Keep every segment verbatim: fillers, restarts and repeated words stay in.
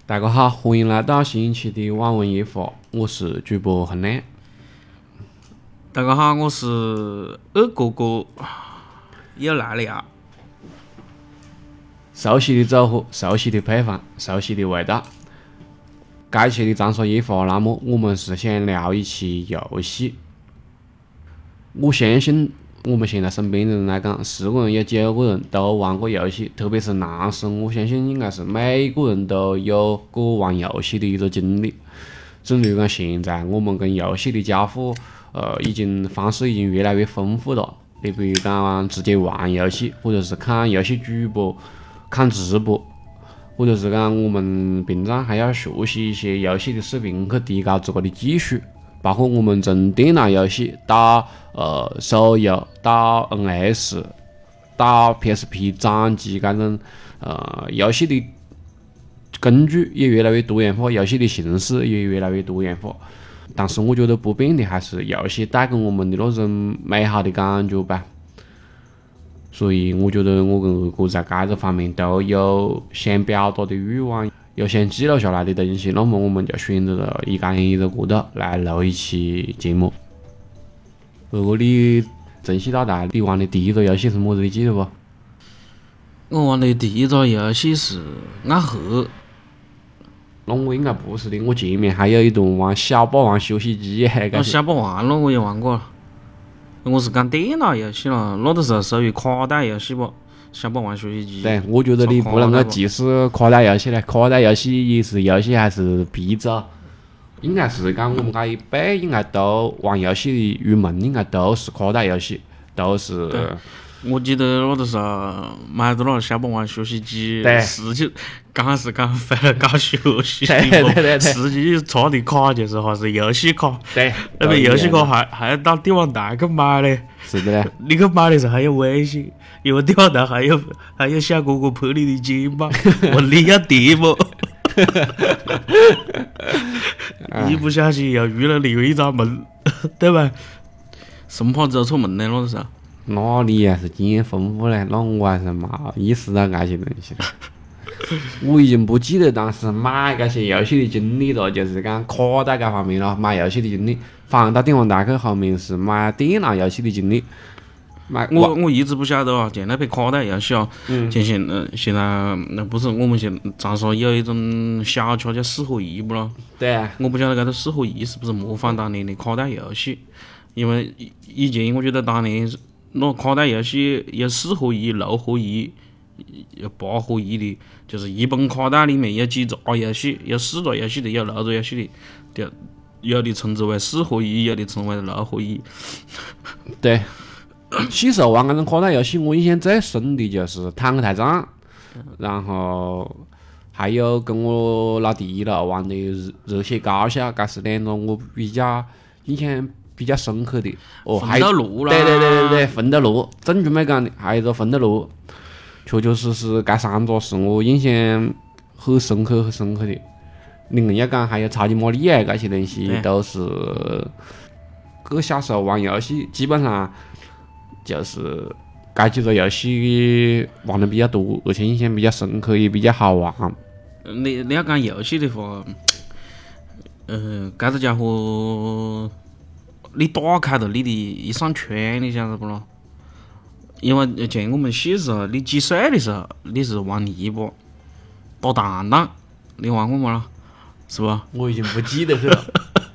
大家好，欢迎来到新一期的网文夜话，我是主播恒亮。 大家好，我是二哥哥，又来了呀。 熟悉的组合，熟悉的配方，熟悉的味道。这期的长沙夜话栏目，我们是想聊一期游戏。我相信我们现在身边的人来讲，十个人有九个人都玩过游戏，特别是男生，我相信应该是每个人都有过玩游戏的一个经历。至于讲现在我们跟游戏的交互，呃，已经方式已经越来越丰富了。你比如讲直接玩游戏，或者是看游戏主播、看直播，或者是讲我们平常还要学习一些游戏的视频，去提高自个的技术。包括我们从电脑游戏到呃手游，到 N S， 到 P S P 掌机这种呃游戏的工具也越来越多元化，游戏的形式也越来越多元化。但是我觉得不变的还是游戏带给我们的那种美好的感觉吧。所以我觉得我跟二哥在这个方面都有想表达的欲望，有想记录下来的东西，那么我们就选择了一干一个过道来录一期节目。二哥，你从小到大你玩的第一个游戏是么子？你记得不？ 我玩的第一个游戏是暗黑。 那我应该不是的，我前面还有一段玩小霸王休息机。 我小霸王了我也玩过，我是讲电脑游戏了，那个时候属于卡带游戏不？小霸王休息机。 对，我觉得你不能够歧视卡带游戏嘞，卡带游戏也是游戏还是必走。应该是讲我们这一辈应该都玩游戏的入门，应该都是卡带游戏，都是。 我记得那个时候买的那个小霸王休息机，实际刚是讲为了搞休息的嘛，实际插的卡就是还是游戏卡。 对， 那个游戏卡还还要到电网台去买嘞。 是的嘞。 你去买的时候还有微信，因为电网台还有还有小哥哥拍你的肩膀，问你要碟不？一不小心又入了另一扇门，对吧？生怕走错门的那个时候。 那你还是经验丰富嘞，那我还是没意识到这些东西。我已经不记得当时买这些游戏的经历了，就是讲卡带这方面了，买游戏的经历。放到电网台去后面是买电脑游戏的经历。买我我一直不晓得啊，就那边卡带游戏啊， 嗯， 现现呃现在那不是我们现长沙有一种小吃叫四合一不咯？ 对啊。 我不晓得这个四合一是不是模仿当年的卡带游戏，因为以前我觉得当年那卡带游戏有四合一、六合一、有八合一的，就是一本卡带里面有几个游戏，有四个游戏的，有六个游戏的，有的称之为四合一，有的称为六合一。 对，小时候玩那种卡带游戏，我印象最深的就是坦克大战，然后还有跟我老弟了玩的热热血高校，这是两个我比较印象比较深刻的。哦，还有对对对对对，魂斗罗，正准备讲的，还有一个魂斗罗，确确实实这三个是我印象很深刻很深刻的。另外讲还有超级玛丽啊，这些东西都是各小时候玩游戏基本上就是这几个游戏玩的比较多，而且印象比较深刻，也比较好玩。 你你要讲游戏的话，呃，这个家伙你打开了你的一扇窗，你晓得不咯？因为像我们小时候，你几岁的时候，你是玩泥巴、打蛋蛋，你玩过吗啦？是吧？ 我已经不记得了。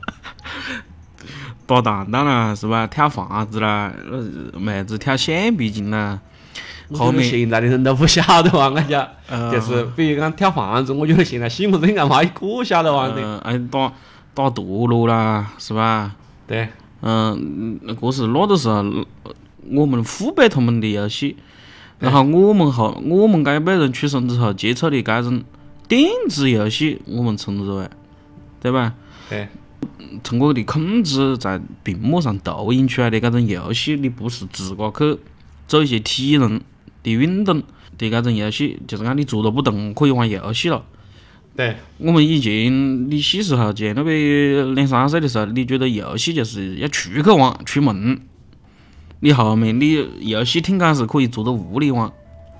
打蛋蛋啦，是吧？跳房子啦，妹子跳橡皮筋啦。后面现在的人都不晓得玩，我讲，呃、就是比如讲跳房子，我觉得现在新闻应该没一个晓得玩的。 呃，哎，打打陀螺啦，是吧？ 对。 嗯，这是那个时候我们父辈他们的游戏，然后我们后我们这一辈人出生之后接触的这种电子游戏，我们称之为，对吧？ 对。 通过你控制在屏幕上投影出来的这种游戏，你不是自个去做一些体能的运动的这种游戏，就是讲你坐着不动可以玩游戏了。 对， 我们以前你小时候在那边两三岁的时候，你觉得游戏就是要出去玩、出门。你后面你游戏听讲是可以坐到屋里玩，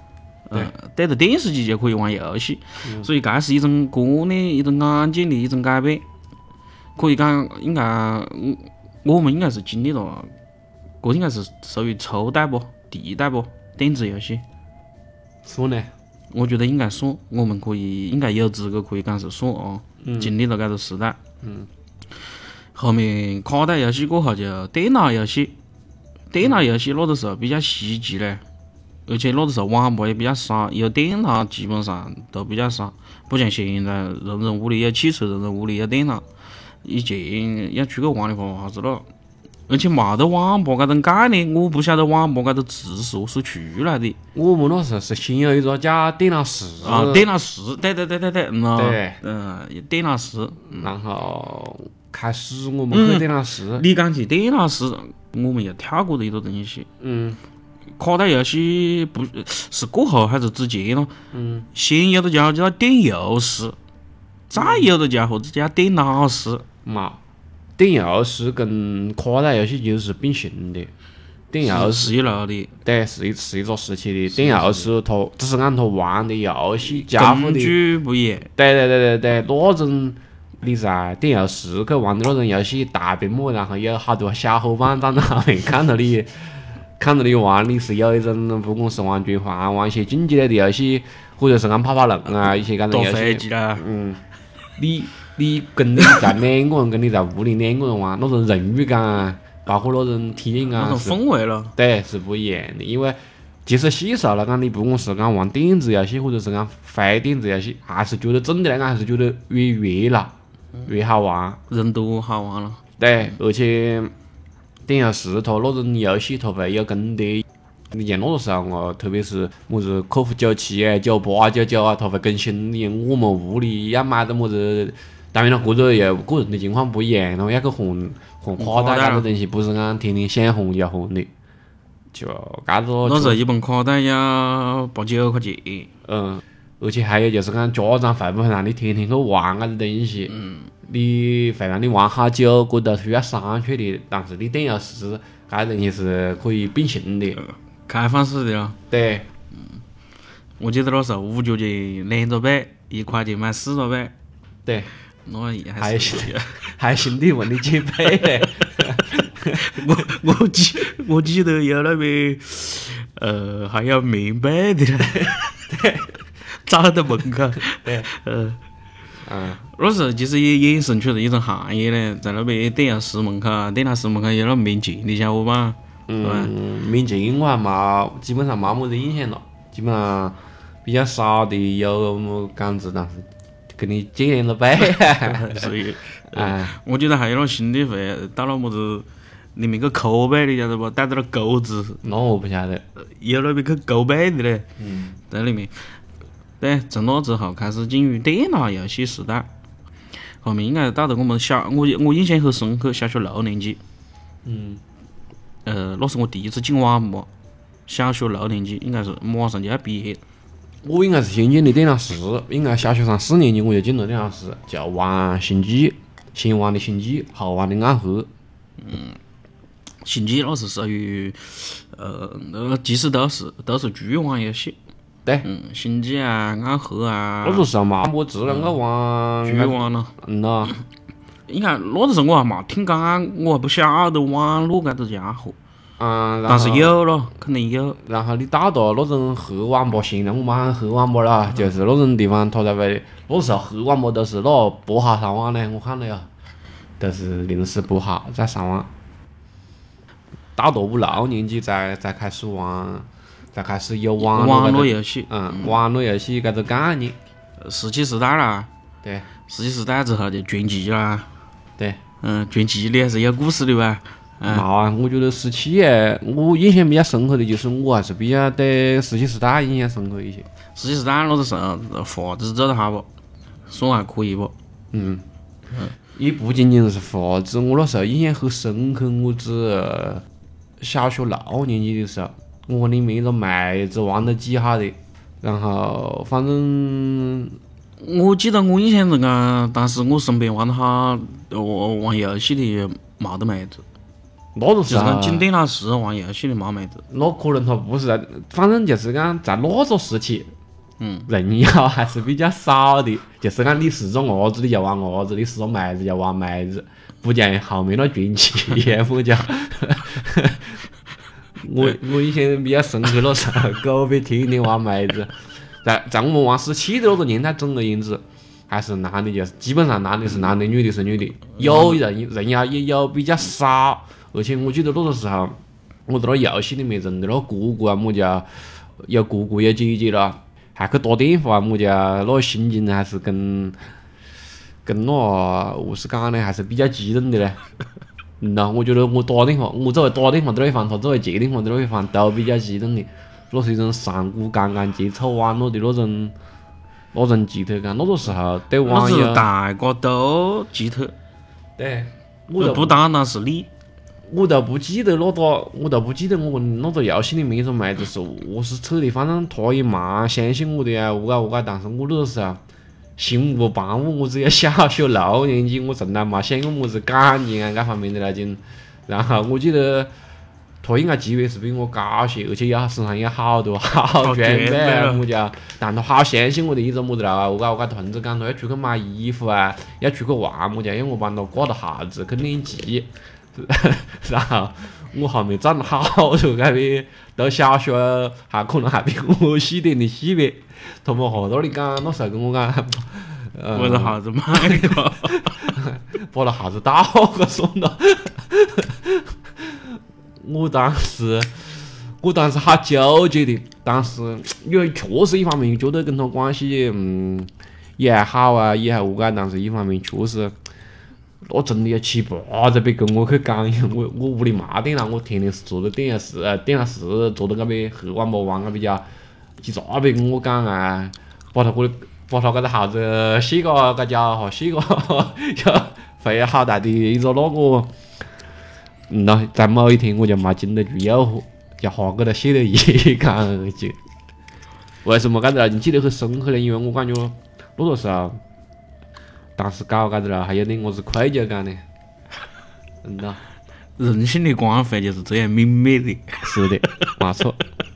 嗯，对着电视机就可以玩游戏，所以这是一种观念、一种眼界的一种改变。可以讲，应该我我们应该是经历了，这应该是属于初代不、第一代不电子游戏。 算呢？ 我觉得应该算，我们可以应该有资格可以讲是算哦，经历了这个时代。 嗯。 后面卡带游戏过后就电脑游戏，电脑游戏那个时候比较稀奇嘞。而且那个时候网吧也比较少，有电脑基本上都比较少，不像现在人人屋里有汽车，人人屋里有电脑。以前要出去玩的话，啥子了？而且没得网吧这种概念，我不晓得网吧这个字是何时出来的。 我们那时候是先有一个叫电脑室啊，电脑室，对对对对对，嗯， 对， 嗯，电脑室， 然后开始我们去电脑室。 你讲起电脑室，我们又跳过了一个东西。 嗯。 卡带游戏不是过后还是之前咯？ 嗯。 先有的叫叫电游室，再有的叫或者叫电脑室。 嘛，电游室跟卡带游戏就是并行的。电游室是一路的， 对，是一是一个时期的。电游室它只是按它玩的游戏交互的工具不一样。 对对对对对，那种你在电游室去玩的那种游戏，大屏幕，然后有好多小伙伴站在后面看着你。看着你玩，你是有一种，不管是玩拳皇，玩一些竞技类的游戏，或者是按跑跑龙啊，一些搿种游戏。 坐飞机啦。 嗯，你你跟你在两个人，跟你在屋里两个人玩，那种人与感，包括那种体验感， 那种氛围了。 对，是不一样的。因为其实细数来讲，你不管是讲玩电子游戏，或者是讲非电子游戏，还是觉得总的来讲还是觉得越热闹，越好玩， 人多好玩了。 对，而且。电游室它那种游戏，它会有更迭。你像那个时候哦，特别是么子客服九七啊、九八九九啊，它会更新。你我们屋里要买的么子，当然了，或者又个人的情况不一样，然后要去换换卡带这个东西，不是讲天天想换就换的。就搿个。 那时候一本卡带要八九块钱。 嗯，而且还有就是讲家长会不会让你天天去玩搿个东西？嗯。你会让你玩好久，这都是要商榷的。但是你电游室搿东西是可以并行的， 开放式的了。 对， 嗯，我记得那时候五角钱两个币，一块钱买四个币。 对， 那也还是还兄弟问你几倍嘞？ 我我记我记得有那边呃还有棉被的嘞， 对， 找到门口， 对， 呃。 嗯， 那时候其实也衍生出了一种行业嘞，在那边电游室门口、电脑室门口有那免钱的小伙伴， 嗯，免钱我还没，基本上没么子印象了，基本上比较少的有么杆子，但是跟你借两个币， 所以， 哎， 我记得还有那兄弟会到那么子里面去抠币的，晓得不？带着那钩子， 那我不晓得， 有那边去勾币的嘞， 嗯， 在里面。对，从那之后开始进入电脑游戏时代，后面应该到了我们小，我我印象很深刻，小学六年级， 嗯， 呃，那是我第一次进网吧，小学六年级，应该是马上就要毕业。 我应该是先进的电脑室，应该小学上四年级我就进了电脑室，就玩星际，先玩的星际，后玩的暗黑。 嗯，星际那是属于，呃，那个其实都是都是局网游戏。 对， 嗯，星际啊，暗黑啊， 那个时候嘛，我只能够玩局网了。 嗯呐， 你看那个时候我还没听讲，我还不晓得网络搿个家伙。 嗯， 但是有了，肯定有。 然后你到达那种黑网吧，现在我们喊黑网吧了，就是那种地方，它才会。那时候黑网吧都是那拨号上网的，我看了呀，都是临时拨号再上网。到达五六年级才才开始玩。才开始有网络网络游戏， 嗯，网络游戏搿个概念。 石器时代啦， 对， 石器时代之后就传奇啦， 对， 嗯，传奇你还是有故事的吧？ 嗯，冇啊，我觉得石器诶，我印象比较深刻的就是我还是比较对石器时代印象深刻一些。 石器时代那个时候画质做得好不？算还可以不？ 嗯，也不仅仅是画质，我那时候印象很深刻，我只小学六年级的时候。我里面一个妹子玩得几好的，然后反正我记得我印象中啊，但是我身边玩得好玩玩游戏的没得妹子。 就是那个时候讲景点他是玩游戏的冒昧子。 那可能他不是在，反正就是讲在那个时期， 嗯， 人妖还是比较少的。就是讲你是个伢子，你就玩伢子；你是个妹子就玩妹子，不像后面那军旗么叫。我我以前比较深刻那时候，狗别天天玩妹子，在在我们玩十七的那个年代，整个样子还是男的，就是基本上男的是男的，女的是女的，有人人妖也有比较少。而且我记得那个时候，我在那游戏里面认得那个姑姑啊，么叫有姑姑有姐姐了，还去打电话啊，么叫那个心情还是跟跟那何是讲呢，还是比较激动的嘞。嗯呐，我觉得我打电话，我作为打电话的那一方，他作为接电话的那一方，都比较激动的。那是一种上古刚刚接触网络的那种那种寄托感。那个时候对那是网友， 大家都记得， 对，我都不单单是你。 我都不记得那个，我都不记得我们那个游戏里面一个妹子是何是扯的，反正她也蛮相信我的呀，何个何个。但是我那个时候心无旁骛，我只有小学六年级，我从来没想过么子感情啊，各方面的那种。然后我记得她应该级别是比我高些，而且也身上有好多好装备啊，么叫。但她好相信我的一个么子了啊，何个何个同志讲她要出去买衣服啊，要出去玩么叫，因为我帮她挂了鞋子去练级。然后我后面长了好多那边到小学还可能还比我细点的细别，他们和那里讲，那时候跟我讲，呃， 为了啥子买个？ 把那啥子倒个送了。我当时，我当时好纠结的，但是因为确实一方面觉得跟他关系嗯也还好啊，也还何个，但是一方面确实。我真的要七八在别跟我去讲，我我屋里没电脑，我天天是坐在电视呃电脑室坐在那边黑网吧玩个比较，几咋别跟我讲啊，把他个把他搿个号子洗个个脚哈，洗个要费好大的一个那个，嗯呐，在某一天我就没经得住诱惑，就哈给他写了一讲去。为什么搿个你记得很深刻呢？因为我感觉那个时候。当时搞搿子了，还有点我是愧疚感呢。嗯呐， 人性的光辉就是这样泯灭的。 是的，没错。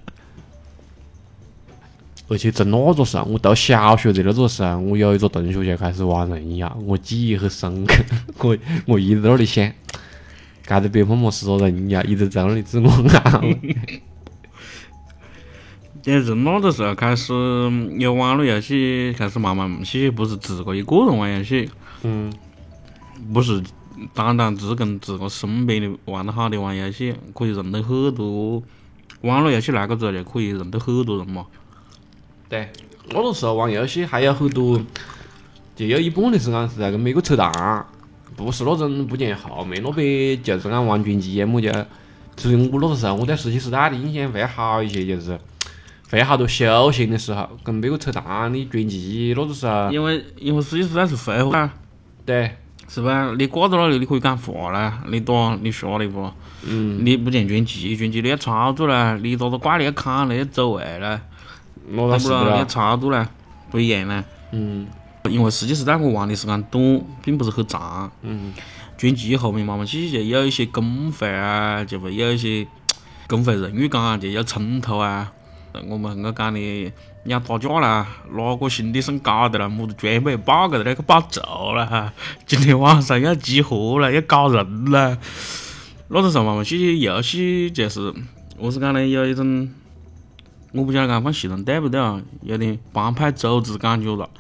而且在那个时候，我到小学的那个时候，我有一个同学就开始玩人妖，我记忆很深刻。我我一直在那里想，搿个别么么是个人妖，一直在那里自我安慰。 也是那个时候开始有网络游戏，开始慢慢些不是自个一个人玩游戏， 嗯， 不是单单只跟自个身边的玩得好的玩游戏，可以认得很多。网络游戏来个之后就可以认得很多人嘛。 对，那个时候玩游戏还有很多，就有一半的时间是在跟美国扯淡，不是那种不像后面那边就是讲玩拳击么的。所以我那个时候我对十七时代的印象会好一些，就是。会好多休闲的时候，跟别个扯淡的拳击那个时候， 因为因为十七时代是废话， 对， 是吧？你挂在那里，你可以讲话啦，你打你下来不？ 嗯， 你不像拳击，拳击你要操作啦，你打到怪你要砍了，要走位啦， 那倒是的你要啦， 操作啦，不一样啦。 嗯因为十七时代我玩的时间短，并不是很长。 嗯， 拳击后面慢慢起就有一些公会啊，就会有一些公会荣誉感啊，就有冲突啊。我们那个讲的，你要打架啦，哪个兄弟升高的啦，么子装备爆个那个爆走了哈，今天晚上要集合了，要搞人了。那个时候嘛，些游戏就是我是讲呢，有一种我不晓得讲放系统对不对啊，有点帮派组织感觉了，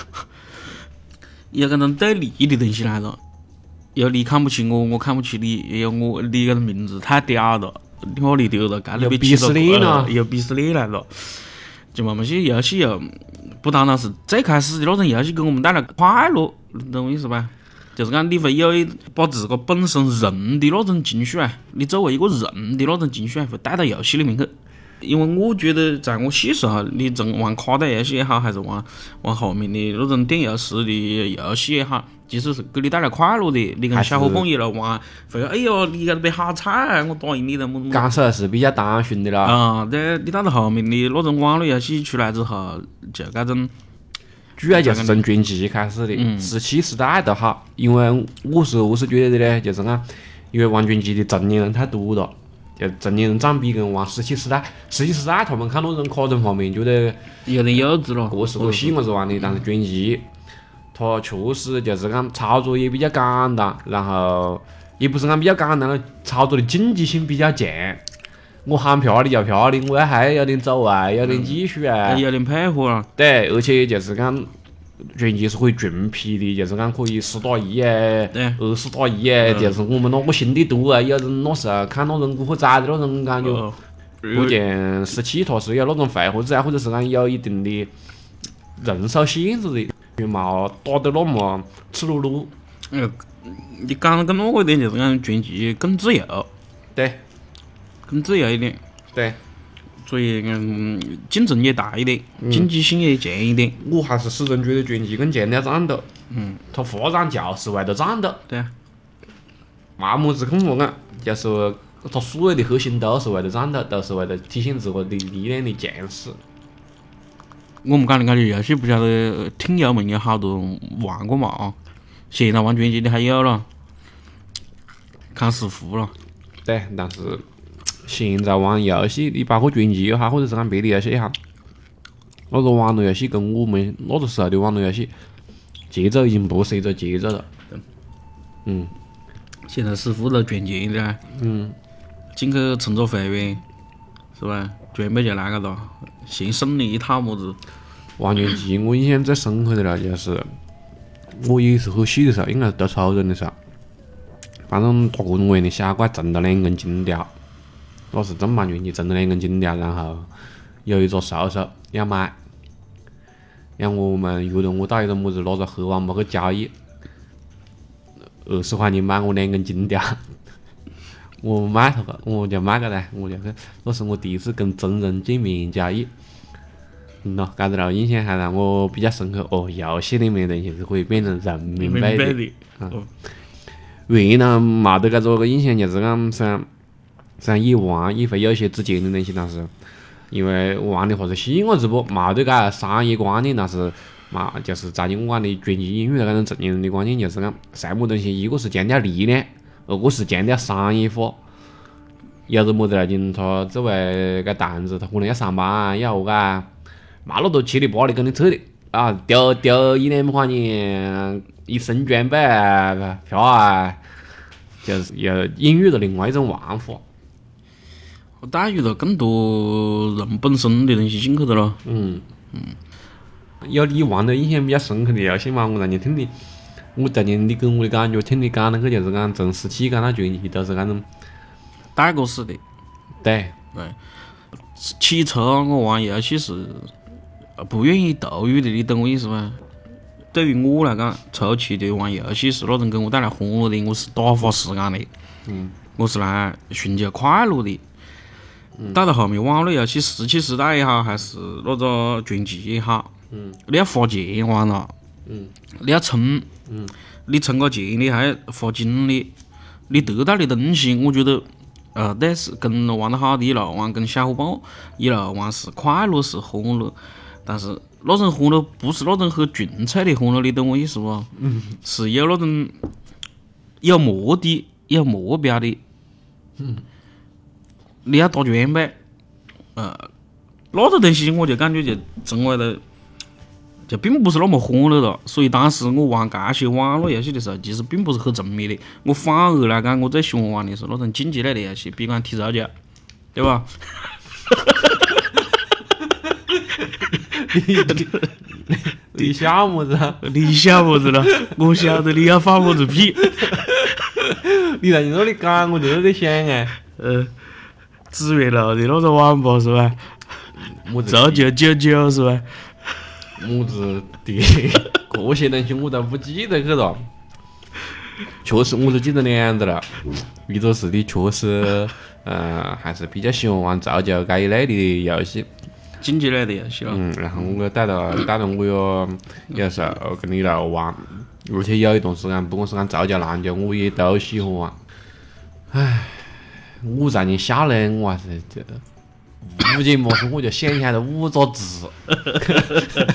有搿种对立的东西来了，有你看不起我，我看不起你，也有我你搿个名字太屌了。我里头了，干那边鄙视链了， 有鄙视链来了，就慢慢些游戏又不单单是最开始的那种游戏给我们带来快乐，你懂我意思吧？就是讲你会有一把自个本身人的那种情绪啊，你作为一个人的那种情绪啊，会带到游戏里面去。因为我觉得在我小时候，你从玩卡带游戏也好，还是玩玩后面的那种电游式的游戏也好，其实是给你带来快乐的。你跟小伙伴一路玩，会说哎哟，你搿边好菜，我打赢你了么么。 感受是比较单纯的啦。 啊，对，你到了后面的那种网络游戏出来之后，就搿种。 主要就是从拳击开始的，十七时代都好，因为我是我是觉得的呢，就是讲， 因为玩拳击的成年人太多了，就成年人占比跟玩十七时代，十七时代他们看到人可能方面觉得有点幼稚了。 各是各喜么子玩的，但是拳击它确实就是讲操作也比较简单，然后也不是讲比较简单了，操作的竞技性比较强。我喊漂的要漂的，我还要点走啊，要点技术啊， 有点配合了。 对，而且就是讲拳击是可以群批的，就是讲可以十打一啊，二十打一啊，就是我们那个心地多啊，有人那时候看那人骨壳窄的那种感觉。不见十七它是有那种肺活子啊，或者是讲有一定的人数限制的，就冇打得那么赤裸裸。 呃，你讲的更那个一点，就是讲拳击更自由， 对， 更自由一点， 对， 所以嗯，竞争也大一点，竞技性也强一点。 我还是始终觉得拳击更强了战斗。嗯，它发展就是为了战斗。 对啊， 嘛么子看法讲，就是它所有的核心都是为了战斗，都是为了体现自我的力量的强势。 我们讲的感觉游戏不晓得听友们有好多玩过嘛啊？现在玩拳击的还有了，看师傅了。 对，但是现在玩游戏，你包括拳击也好，或者是讲别的游戏也好，那个网络游戏跟我们那个时候的网络游戏节奏已经不是一个节奏了。嗯。 现在师傅都赚钱的， 嗯， 进去乘着会员，是吧？全部就那个了，先省你一套么子。 玩拳击我印象最深刻的了，就是我也是很细的时候，应该是读初中的时候，反正大各种各样的小怪挣了两根金条，我是正版拳击挣了两根金条，然后有一个叔叔要买，然后我们约了我到一个么子那个黑网吧去交易。二十块钱买我两根金条，我买它个，我就买个来，我就去，那是我第一次跟真人见面交易。嗯咯，搿个印象还让我比较深刻。哦，游戏里面的东西是可以变成人民币的。嗯。原来冇得搿个个印象，就是讲虽然虽然也玩也会有些之前的东西，但是因为玩的话是细伢子不，冇得搿商业观念，但是。嘛，就是在我讲的拳击英语那种成年人的观念，就是讲啥么东西，一个是强调力量，二个是强调商业化。有个么子来讲，他作为个单子，他可能要上班啊，要何个，嘛那多七里八里跟你扯的啊，丢丢一两块钱一身装备啊，票啊，就是有隐喻了另外一种玩法。 我带入了更多人本身的东西进去的咯。 嗯嗯。有你玩的印象比较深刻的游戏嘛？我让你听的，我当年你跟我的感觉听你讲那个就是讲从十七讲到拳击都是那种带过式的。 对对，起初我玩游戏是不愿意投入的，你懂我意思吗？对于我来讲，初期的玩游戏是那种给我带来欢乐的，我是打发时间的。 嗯， 我是来寻求快乐的。到了后面，网络游戏十七时代也好，还是那个拳击也好。 嗯， 你要花钱玩了， 嗯， 你要充， 嗯， 你充个钱，你还要花精力，你得到的东西，我觉得，呃，对是跟玩得好的一路玩，跟小伙伴一路玩是快乐是欢乐，但是那种欢乐不是那种很纯粹的欢乐，你懂我意思不？ 嗯， 是有那种有目的、有目标的， 嗯， 你要打装备，呃，那个东西我就感觉就成为了。就并不是那么欢乐了，所以当时我玩这些网络游戏的时候，其实并不是很沉迷的。我反而来讲，我最喜欢玩的是那种竞技类的游戏，比如踢足球，对吧？ 你你笑么子？ 你笑么子了？我晓得你要放么子屁。 你在你那里讲，我就在那里想哎， 呃，紫月楼的那个网吧是吧？足球九九是吧？ 么子的这些东西我都不记得去了，确实我都记得两个了。一个是你确实，呃，还是比较喜欢玩足球这一类的游戏， 竞技类的游戏了。 嗯，然后我带到带到我有有时候跟你来玩，而且有一段时间，不管是讲足球、篮球，我也都喜欢玩。唉，五十年下来，我还是觉得。五节模式我就想起来了五个字，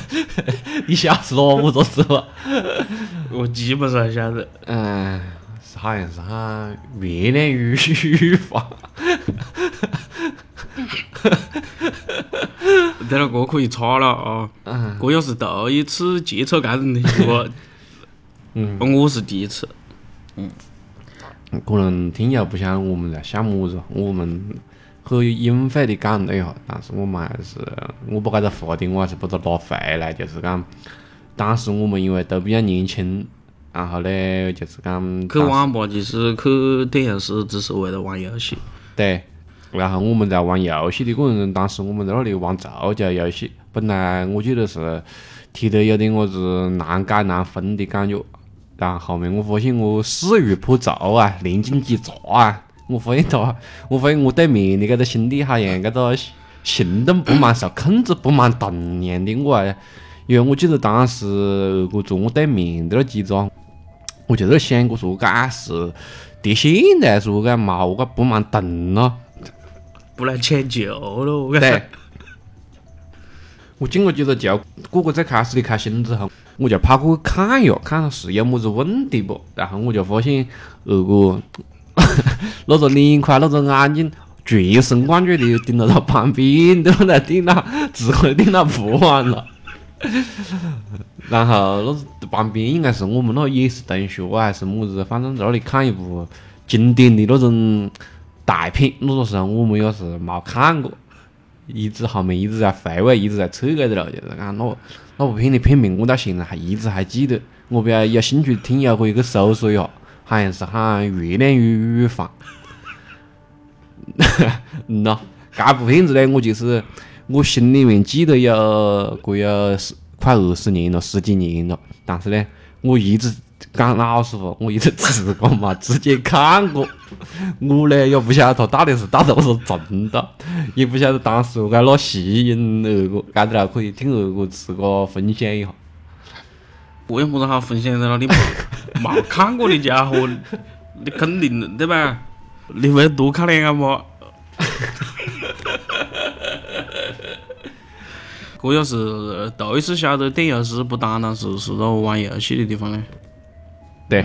你晓得哪五个字吧？ 我基本上晓得。 嗯， 是好像是喊月亮与语法。 这个歌可以插了啊！这也是第一次接触这种东西，我，嗯，我是第一次。嗯， 可能听友不晓得我们在想么子，我们很隐晦的讲了一下，但是我们还是我不该在话题，我还是把它拿回来，就是讲，当时我们因为都比较年轻，然后呢，就是讲去网吧就是去电视室，只是为了玩游戏。 对。然后我们在玩游戏的过程中，当时我们在那里玩造假游戏，本来我记得是踢得有点我子难解难分的感觉，然后后面我发现我势如破竹啊，灵机一乍啊，我发现到，我发现我对面的这个兄弟好像这个行动不蛮受控制，不蛮动样的，我还因为我记得当时我坐我对面的那几个，我就在想过说，这是跌线的还是说这毛个不蛮动了。 不来抢救了， 对。我经过几个球，个个在开始的开心之后，我就跑过去看一下，看是有么子问题不。然后我就发现那个那个脸块、那个眼睛全神贯注的盯到他旁边，都在电脑，自己的电脑不玩了。然后那旁边应该是我们那也是同学还是么子，反正在那里看一部经典的那种。大片那个时候我们也是没看过，一直后面一直在回味，一直在扯这个了，就是讲那那部片的片名我到现在还一直还记得，我比较有兴趣的听友可以去搜索一下，好像是喊《月亮与乳房》。嗯呐，这部片子呢，我就是我心里面记得有过有十快二十年了，十几年了，但是呢，我一直。讲老实话，我一直自个嘛直接看过，我呢也不晓得他到底是到底是真的，也不晓得当时该哪吸引那个，该得了可以听那个自个分享一下。 为么子好分享在那里没看过的家伙，你肯定对吧？你会多看两眼吗？这要是头一次晓得电游室不单单是是到玩游戏的地方呢。 对，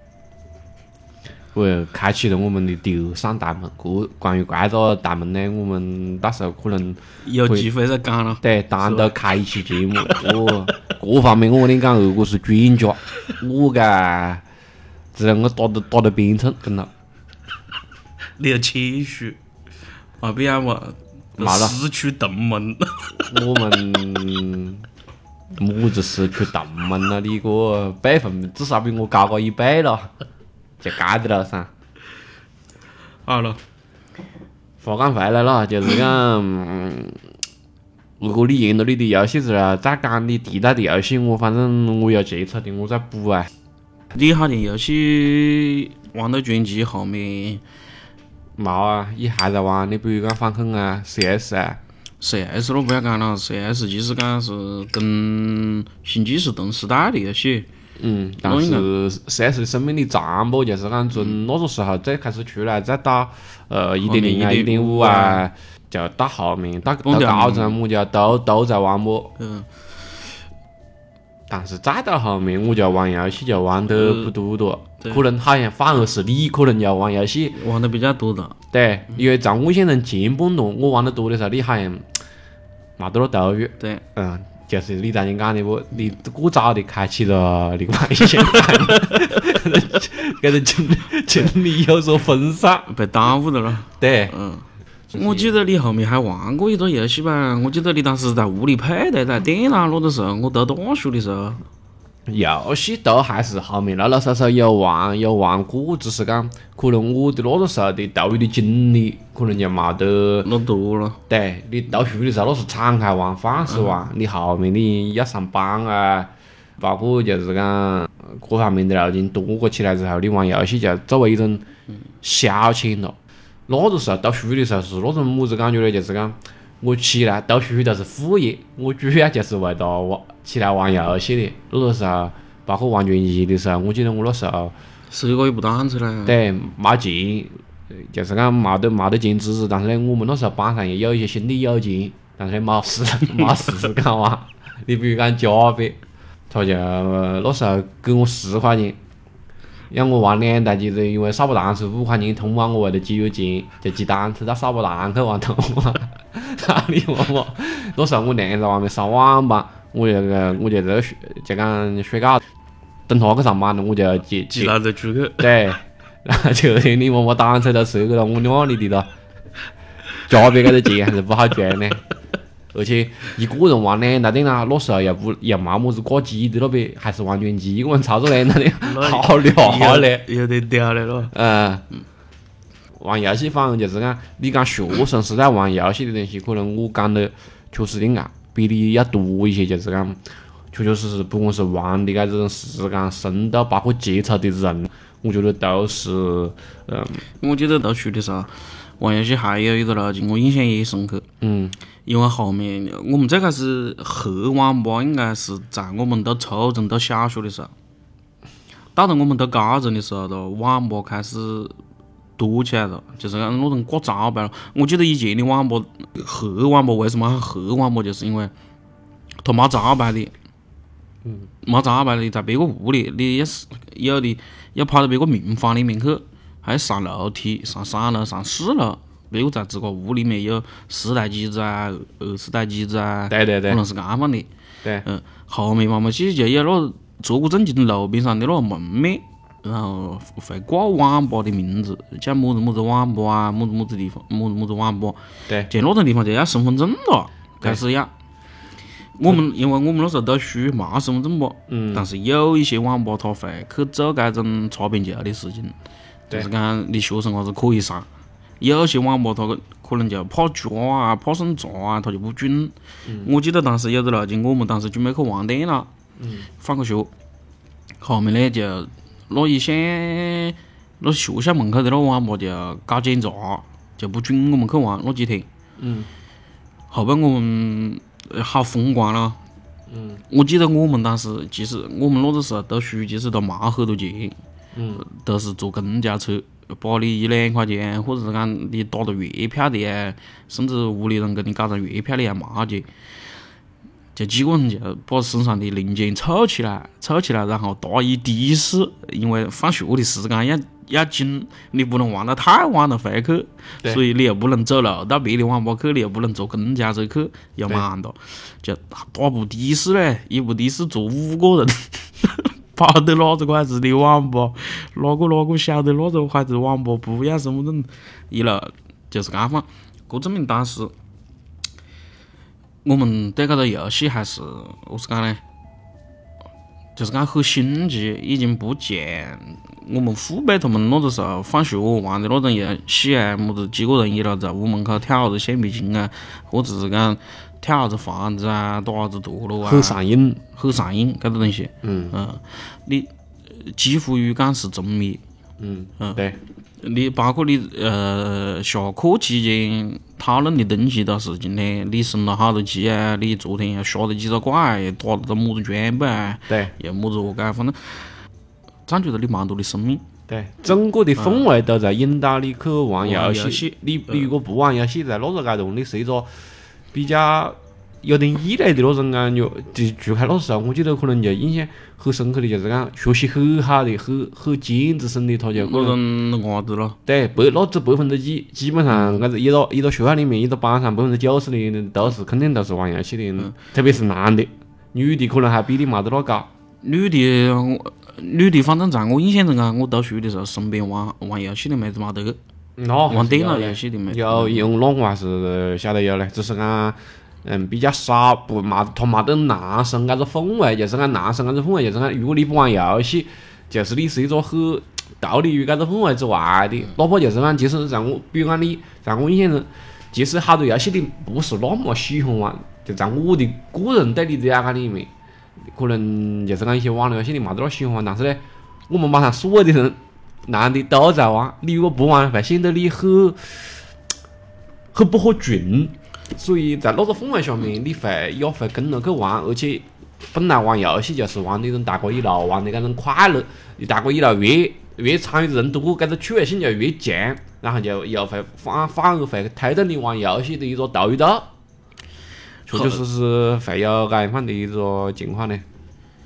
我开启了我们的第二扇大门。这关于这个大门呢，我们到时候可能有机会再讲了。 对，单独开一期节目。我这方面我跟你讲，如果是专家，我噶只能我打得打得边称，真的。 你要谦虚，啊，不然嘛，失去洞门。 我们。么子失去洞门了？你个辈分至少比我高个一倍了，就该的了噻。 好了， 话讲回来了，就是讲，嗯、如果你沿着你的游戏之后再讲你提到的游戏，我反正我有接触的，我在补啊。 你好像游戏玩到专辑后面冇啊，也还在玩。你比如讲反恐啊 ，C S 啊。 C S 咯，不要讲了 ，C S 就是讲是跟星际是同时代的游戏。 嗯，但是 C S 的生命力长不？就是讲从那个时候最开始出来，再到呃一点零啊、一点五啊，就到后面到到高中么就都都在玩么。 嗯。 但是再到后面，我就玩游戏就玩得不多了，可能好像反而是你可能要玩游戏玩得比较多的。 对，因为在我现在前半段我玩得多的时候，你好像没得那投入。 对， 嗯，就是你刚才讲的不，你过早的开启了另外一些，给人精精力有所分散， 被耽误的了。 对， 嗯。我记得你后面还玩过一个游戏吧？我记得你当时在屋里配的，在电脑那个时候，我读大学的时候。 游戏都还是后面老老实实有玩有玩过，只是讲可能我的那个时候的投入的精力可能就没得那多了。 对，你读书的时候那是敞开玩、放肆玩，你后面你要上班啊，包括就是讲各方面的路径多过起来之后，你玩游戏就作为一种消遣了。那个时候读书的时候是那种么子感觉呢？就是讲我起来读书都是副业，我主要就是为了玩起来玩游戏的。那个时候，包括玩传奇的时候，我记得我那时候十个月不单出来。 对，没钱，就是讲没得没得钱支持。但是呢，我们那时候班上也有一些兄弟有钱，但是没事没事干玩。你比如讲加贝，他就那时候给我十块钱。 像我玩两台机子，因为扫把蛋是五块钱一通嘛，我为了节约钱，就骑单车到扫把蛋去玩通嘛。那你问我，那时候我两在外面上网吧，我就我就这个就讲睡觉，等他去上班了，我就骑骑单车出去。 对，然后就你问我单车都睡去了，我哪里的了？加别个的钱还是不好赚呢。而且一个人玩两台电脑，那时候又不又没么子挂机的，那边还是完全机，一个人操作两台电脑，好聊嘞， 有点屌的了。 嗯，玩游戏反而就是讲，你讲学生时代玩游戏的东西，可能我讲的确实点啊，比你要多一些，就是讲，确确实实，不管是玩的搿种时间、深度，包括接触的人，我觉得都是，嗯。 我记得读书的时候玩游戏还有一个路径，我印象也深刻。 嗯。 因为后面我们最开始黑网吧应该是在我们读初中、读小学的时候，到了我们读高中的时候，咯，网吧开始多起来了，就是讲那种挂招牌了。我记得以前的网吧，黑网吧为什么喊黑网吧，就是因为他没招牌的， 嗯， 没招牌的，在别个屋里，你要是有的要跑到别个民房里面去，还要上楼梯、上三楼、上四楼。别个在自个屋里面有十台机子啊，二十台机子啊， 对对对， 可能是这样的。 对， 嗯，后面慢慢起就有那做个正经的路边上的那个门面，然后会挂网吧的名字，叫么子么子网吧啊，么子么子地方，么子么子网吧。 对， 就那种地方就要身份证了，开始要。我们因为我们那时候读书没身份证吧， 嗯， 但是有一些网吧他会去做这种擦边球的事情，就是讲你学生伢子可以上。有些网吧他可能就怕抓啊，怕审查啊，他就不准。 嗯、 我记得当时有个路径，我们当时准备去玩电脑， 嗯、 放个学，后面呢就那一线，那学校门口的那网吧就搞检查，就不准我们去玩那几天。 嗯。 后边我们好风光了。 嗯。 我记得我们当时其实我们那个时候读书，其实都没很多钱， 嗯， 都是坐公交车。把你一两块钱，或者是讲你打到月票的呀，甚至屋里人给你搞成月票的也没钱，就几个人就把身上的零钱凑起来，凑起来，然后搭一的士，因为放学的时间要要紧，你不能玩到太晚了回去，所以你又不能走路到别的网吧去，你又不能坐公交车去，又慢的，就搭部的士嘞，一部的士坐五个人。跑到哪子块子的网吧，哪个哪个晓得哪子块子网吧不要身份证，一路就是这样。这证明当时我们对这个游戏还是我是讲呢，就是讲很心急，已经不像我们父辈他们那个时候放学玩的那种游戏啊，么子几个人一路在屋门口跳啥子橡皮筋啊，或者是讲跳啥子房子啊，打啥子陀螺啊， 很上瘾， 很上瘾，搿个东西。 嗯嗯，你几乎于讲是沉迷。 嗯嗯， 对。 你包括你呃下课期间讨论的东西都是今天你升了好多级啊，你昨天又下了几个怪，又打了个么子装备啊， 对， 又么子何解，反正占据了你蛮多的生命。 对，整个的氛围都在引导你去玩游戏。 游戏你你如果不玩游戏，在那个阶段，你是一个比较有点异类的那种感觉。就除开那时候，我记得可能就印象很深刻的就是讲学习很好的、很很尖子生的，他就可能那种伢子了。 对，百那这百分之几，基本上搿是一个一个学校里面一个班上百分之九十的人都是肯定都是玩游戏的人，特别是男的，女的可能还比你没得那高。 女的，女的，反正在我印象中啊，我读书的时候，身边玩玩游戏的妹子没得， 那玩电脑游戏的妹子有用那我还是晓得有嘞，只是讲嗯比较少，不嘛他没得男生搿个氛围，就是讲男生搿个氛围，就是讲如果你不玩游戏，就是你是一个很独立于搿个氛围之外的，哪怕就是讲，即使在我，比如讲你在我印象中，即使好多游戏你不是那么喜欢玩，就在我的个人对你的了解里面。可能就是讲一些网络游戏你没得那喜欢玩，但是呢，我们马上所有的人男的都在玩，你如果不玩，会显得你很很不合群。所以在那个氛围下面，你会也会跟着去玩，而且本来玩游戏就是玩那种大家一路玩的那种快乐，你大家一路越越参与的人多，搿个趣味性就越强，然后就又会反反而会推动你玩游戏的一个投入度。确确实实会有这样的一个情况呢。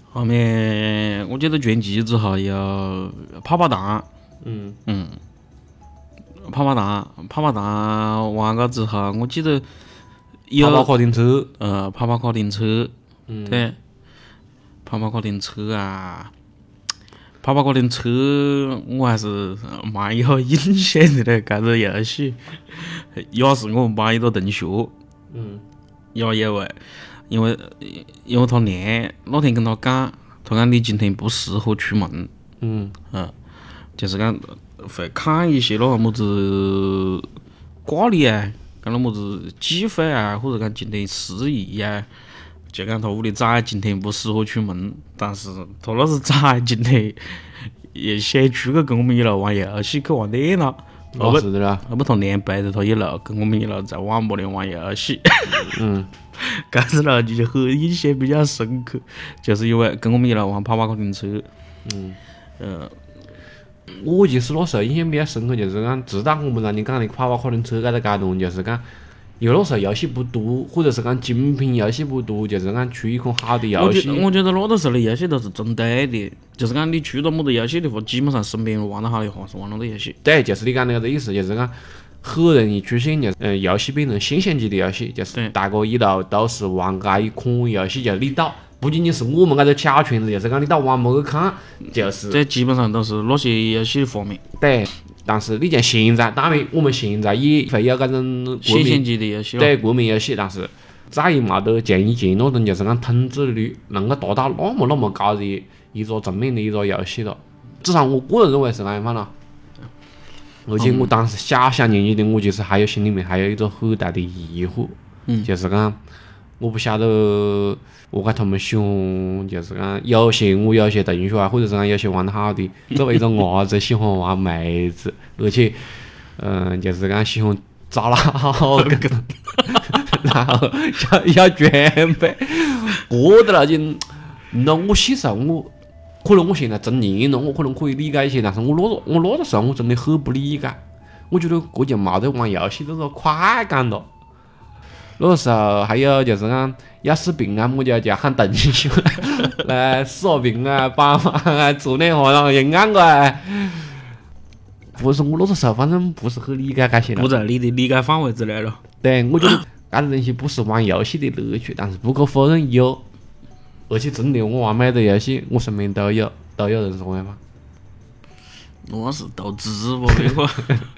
后面我记得卷机之后有跑跑蛋， 嗯嗯，跑跑蛋，跑跑蛋完了之后，我记得有跑跑客厅车， 呃跑跑客厅车， 嗯， 对，跑跑客厅车啊，跑跑客厅车，我还是蛮有印象的嘞，搿个游戏也是我买一个同学， 嗯也有诶，因为因为他娘那天跟他讲，他讲你今天不适合出门， 嗯嗯，就是讲会看一些那个么子挂历啊，讲那么子忌讳啊，或者讲今天失忆啊，就讲他屋里崽今天不适合出门，但是他那是崽今天也想出去跟我们一路玩游戏去玩电脑， 那是的啦， 要不他娘背着他一路跟我们一路在网吧里玩游戏。 嗯搿次呢就很印象比较深刻，就是因为跟我们一路玩跑跑客厅车， 嗯， 呃， 我其实那时候印象比较深刻，就是讲知道我们让你讲的跑跑客厅车搿个阶段，就是讲。因为那时候游戏不多，或者是讲精品游戏不多，就是讲出一款好的游戏。 我觉得我觉得那个时候的游戏都是针对的，就是讲你出了么子游戏的话，基本上身边人玩得好的话是玩那个游戏。 对，就是你讲的搿个意思，就是讲很容易出现就是嗯游戏变成现象级的游戏，就是对大家一路都是玩搿一款游戏，就是你到不仅仅是我们搿个小圈子，就是讲你到网吧去看，就是这基本上都是那些游戏的发明， 对。但是你像现在，当然我们现在也会有搿种国现象民级的游戏了。 对国民游戏，但是再也没得像以前那种就是讲统治率能够达到那么那么高的一个层面的一个游戏了。至少我个人认为是安样了。而且我当时小小年纪的我，其实还有心里面还有一个很大的疑惑， 嗯就是讲我不晓得我该他们想，就是讲有些我有些同学啊，或者是讲有些玩得好的，作为一个伢子喜欢玩妹子，而且嗯，就是讲喜欢找老公，然后要要装备，过得了就，那我细时候我。可能我现在成年了，我可能可以理解一些，但是我那个我那个时候我真的很不理解，我觉得这就没得玩游戏那个快感了。那个时候还有就是讲要死病啊，我就就喊同学来死下病啊，帮忙啊，做点活然后就按过来。不是我那个时候反正不是很理解这些了。 不在你的理解范围之内了。 对，我觉得这个东西不是玩游戏的乐趣，但是不可否认有。而且真的，我玩每个游戏，我身边都有都有人是这样嘛。 那是斗智吧，那个。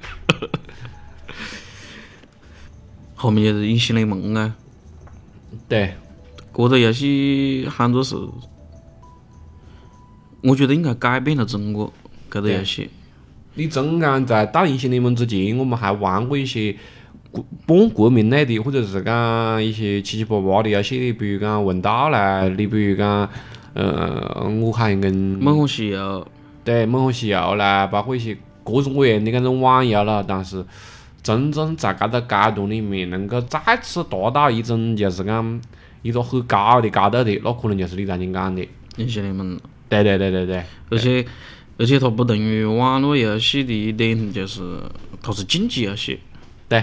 后面就是英雄联盟啊， 对， 这个游戏喊作是，我觉得应该改变了中国这个游戏。 你真讲在打英雄联盟之前，我们还玩过一些国半国民类的，或者是讲一些七七八八的游戏的，比如讲问道啦，你比如讲，呃，我还跟猛虎西游， 对猛虎西游啦，包括一些各种各样的搿种网游了，但是真正在搿个阶段里面能够再次达到一种就是讲一个很高的高度的，那可能就是你刚才讲的英雄联盟。 对对对对对， 而且而且它不同于网络游戏的一点就是它是竞技游戏。 对。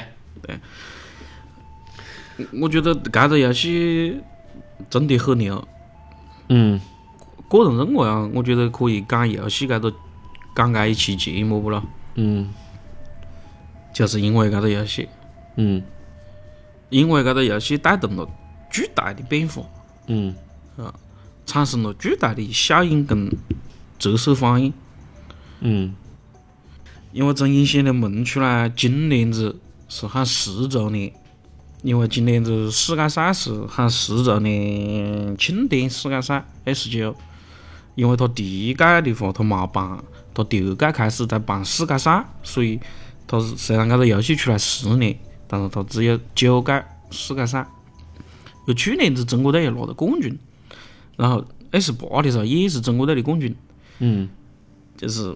我觉得这个游戏真的很牛。 嗯， 个人认为啊，我觉得可以讲游戏这个讲这一期节目不咯？ 嗯， 就是因为这个游戏， 嗯， 因为这个游戏带动了巨大的变化， 嗯， 啊，产生了巨大的效应跟折射反应。 嗯， 因为从英雄联盟出来，今年子是喊十周年。因为今年子世界赛是喊十周年庆典世界赛 S 九，因为他第一届的话他没办，他第二届开始才办世界赛，所以他是虽然这个游戏出来十年，但是他只有九届世界赛。有去年子中国队也拿到冠军，然后 S 八的时候也是中国队的冠军， 嗯， 就是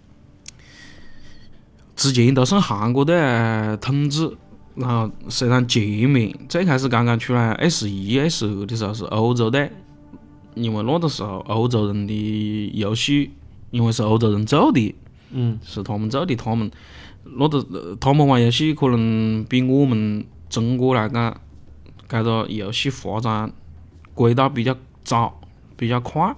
之前都是韩国队统治。然后虽然前面最开始刚刚出来 S 一、S 二的时候是欧洲队，因为那个时候欧洲人的游戏，因为是欧洲人做的， 嗯， 是他们做的，他们那个他们玩游戏可能比我们中国来讲，这个游戏发展轨道比较早，比较快。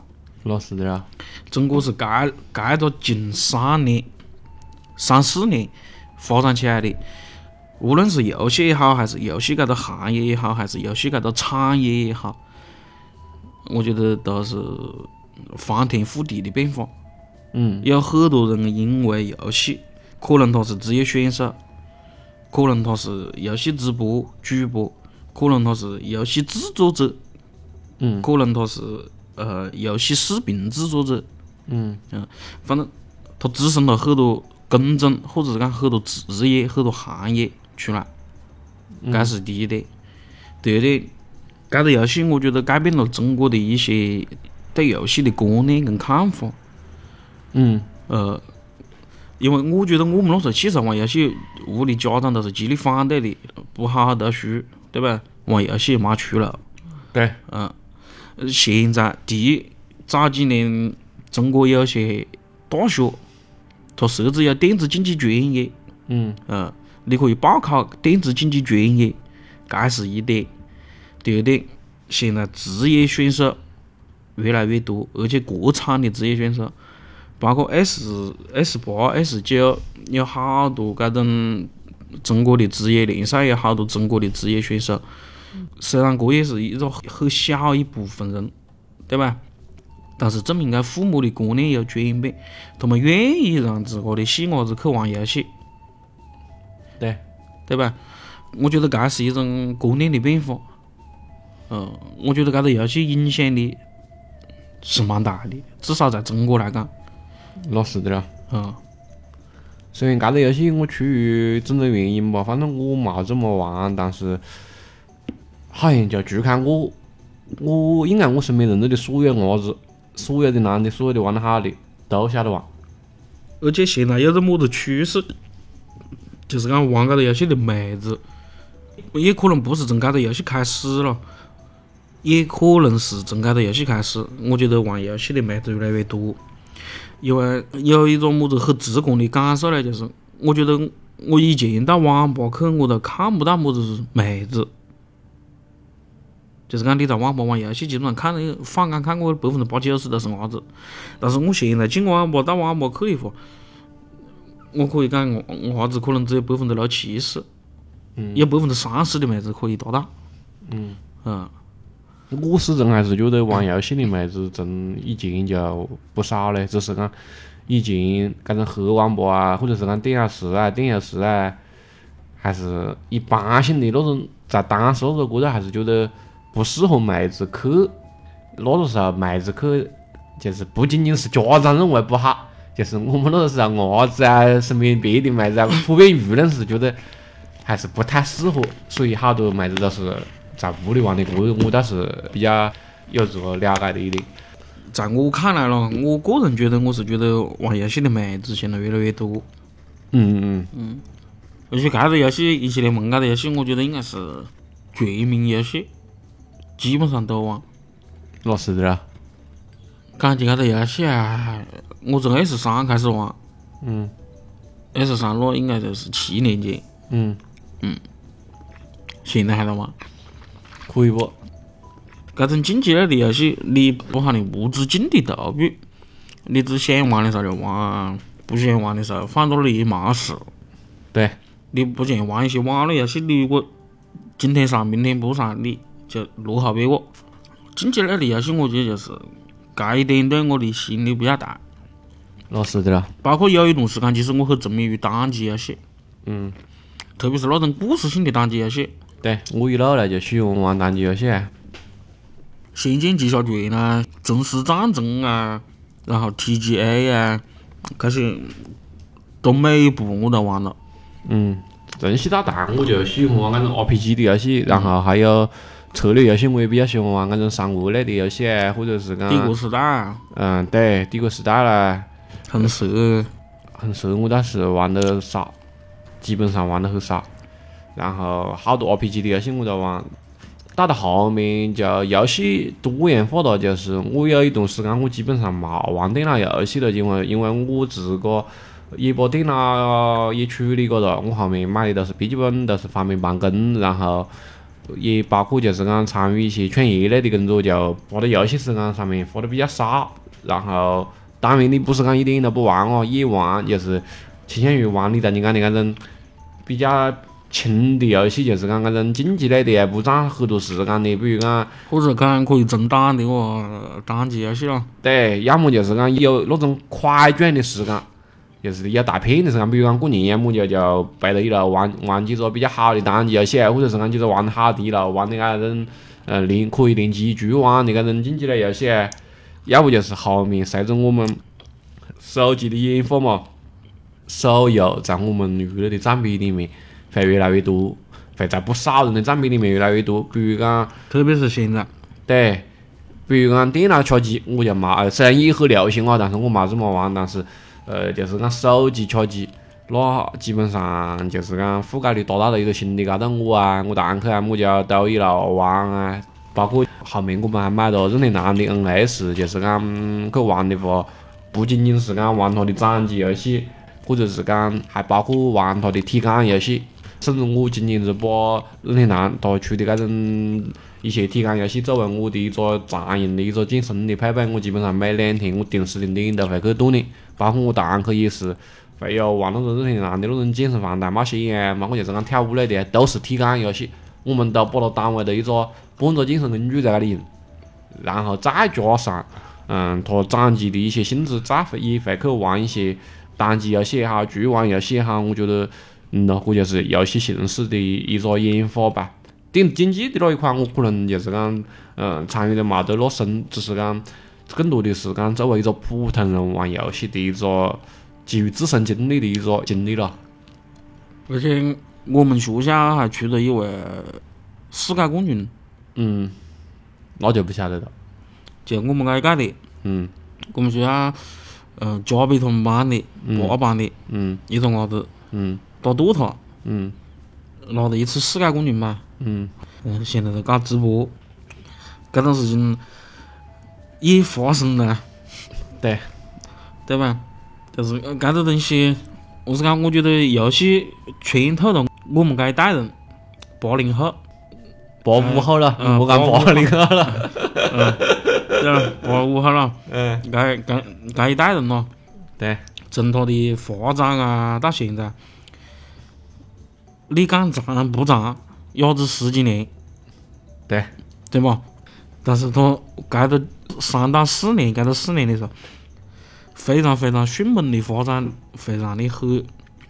那是的啊。 中国是改改了近三年、三四年发展起来的，无论是游戏也好，还是游戏这个行业也好，还是游戏这个产业也好，我觉得都是翻天覆地的变化。 嗯， 有很多人因为游戏，可能他是职业选手，可能他是游戏直播主播，可能他是游戏制作者， 嗯， 可能他是呃游戏视频制作者， 嗯嗯，反正他滋生了很多工种，或者是讲很多职业、很多行业出来，这是第一点。第二点，这个游戏我觉得改变了中国的一些对游戏的观念跟看法。 嗯， 呃，因为我觉得我们那时候小时候玩游戏，屋里家长都是极力反对的，不好好读书，对吧？玩游戏没出路。 对， 嗯，现在第一，早几年中国有些大学，它设置有电子竞技专业， 嗯嗯，你可以报考电子竞技专业，这是一点。第二点，现在职业选手越来越多，而且国产的职业选手。包括 S S 八、S 九有好多这种中国的职业联赛，有好多中国的职业选手。虽然这也是一个很小一部分人，对吧？但是证明这父母的观念有转变，他们愿意让自个的细伢子去玩游戏， 对， 对吧？我觉得这是一种观念的变化。嗯，我觉得这个游戏影响力是蛮大的，至少在中国来讲。 那是的了。 嗯， 虽然这个游戏我出于种种原因吧，反正我没怎么玩，但是好像就据看我，我应该我身边认得的所有伢子，所有的男的，所有的玩得好的都晓得玩。 而且现在有个么子趋势，就是讲玩这个游戏的妹子，也可能不是从这个游戏开始了，也可能是从这个游戏开始。我觉得玩游戏的妹子越来越多。因为有一种么子很直观的感受呢，就是我觉得我以前到网吧去，我都看不到么子妹子，就是讲你在网吧玩游戏，基本上看的反感看过百分之八九十都是伢子。但是我现在进网吧到网吧去的话，我可以讲伢子可能只有百分之六七十， 嗯， 有百分之三十的妹子可以达到。 嗯嗯， 我始终还是觉得玩游戏的妹子从以前就不少嘞，只是讲以前搿种黑网吧啊，或者是讲电脑室啊、电游室啊，还是一般性的那种，在当时那个阶段还是觉得不适合妹子去。那个时候妹子去，就是不仅仅是家长认为不好，就是我们那个时候伢子啊，身边别的妹子啊，普遍舆论是觉得还是不太适合，所以好多妹子都是在屋里玩的。这个我倒是比较有这个了解的一点。 在我看来了，我个人觉得我是觉得玩游戏的妹子现在越来越多。 嗯嗯而且这个游戏英雄联盟这个游戏，我觉得应该是全民游戏，基本上都玩。 那是的啦。 感觉这个游戏啊，我从 S 三开始玩， 嗯 S 三那应该就是七年前， 嗯， 现在还在玩。 可以不？ 这种竞技类的游戏，你不喊你无止境的投入，你只想玩的时候就玩，不想玩的时候放到那里没事。 对， 你不像玩一些网络游戏，你如果今天上明天不上，你就落后别个。竞技类的游戏，我觉得就是这一点对我的吸引力比较大。 那是的啦。 包括有一段时间，其实我很沉迷于单机游戏， 嗯， 特别是那种故事性的单机游戏， 对我一路来就喜欢玩单机游戏啊。 《仙剑奇侠传》啊，《宗师战争》啊，然后 T G A 啊，这些都每一部我都玩了。 嗯，从小到大我就喜欢玩那种 R P G 的游戏，然后还有策略游戏，我也比较喜欢玩那种三国类的游戏啊，或者是讲帝国时代、 嗯，对，帝国时代啦， 红色， 红色我倒是玩的少，基本上玩的很少。然后好多 R P G 的游戏我都玩，到到后面就游戏多元化了，就是我有一段时间我基本上没玩电脑游戏了，因为因为我自个也把电脑也处理过了，我后面买的都是笔记本，都是方便办公，然后也包括就是讲参与一些创业类的工作，就花在游戏时间上面花的比较少， 然后当然你不是讲一点都不玩哦，也玩，就是倾向于玩你在你讲的那种比较轻的游戏，就是讲那种竞技类的，不占很多时间的，比如讲或者讲可以增长的哦，单机游戏了。 对，要么就是讲有那种快转的时间，就是有大片的时间，比如讲过年，要么就就背着一路玩玩几个比较好的单机游戏，或者是讲就是玩得好的一路玩的那种呃连可以连续剧玩的那种竞技类游戏，要不就是后面随着我们手机的演化嘛，手游在我们娱乐的占比里面会越来越多，会在不少人的占比里面越来越多。比如讲， 特别是现在， 对，比如讲电脑吃鸡，我就冇，呃虽然也很流行啊，但是我冇怎么玩，但是呃就是讲手机吃鸡，那基本上就是讲覆盖率达到了一个新的高度。我啊，我堂客啊，我就都一路玩啊，包括后面我们还买了任天堂的 N S， 就是讲去玩的话，不仅仅是讲玩它的掌机游戏，或者是讲还包括玩它的体感游戏。甚至我今年是把任天堂它出的那种一些体感游戏作为我的一个常用的一个健身的配备，我基本上每两天我定时的练都会去锻炼。包括我堂客也是会有玩那种任天堂的那种健身房带冒险啊，包括就是讲跳舞类的，都是体感游戏。我们都把它当为了一个半个健身工具在那里用，然后再加上嗯，它掌机的一些性质，再会也会去玩一些单机游戏也好，局玩游戏也好，我觉得。嗯咯，这就是游戏形式的一个演化吧。电竞技的那一块，我可能就是讲，嗯，参与的冇得那深，只是讲更多的是讲作为一个普通人玩游戏的一个基于自身经历的一个经历了。 而且我们学校还出了一位世界冠军。 嗯，那就不晓得了。 就我们那一届的。 嗯。 我们学校，嗯，加比他们班的八班的， 嗯， 一个伢子。 嗯。 打多塔， 嗯， 拿了一次世界冠军嘛， 嗯， 嗯，现在在搞直播，这种事情也发生了， 对， 对吧？就是这个东西，我是讲，我觉得游戏穿透了我们这一代人，八零后， 八五后了， 嗯， 我讲八零后了， 嗯，对了，八五后了， 嗯， 这这这一代人咯， 对， 从他的发展啊到现在。你讲长不长，也只十几年， 对， 对吧？但是他隔到三到四年，隔到四年的时候，非常非常迅猛的发展，会让你很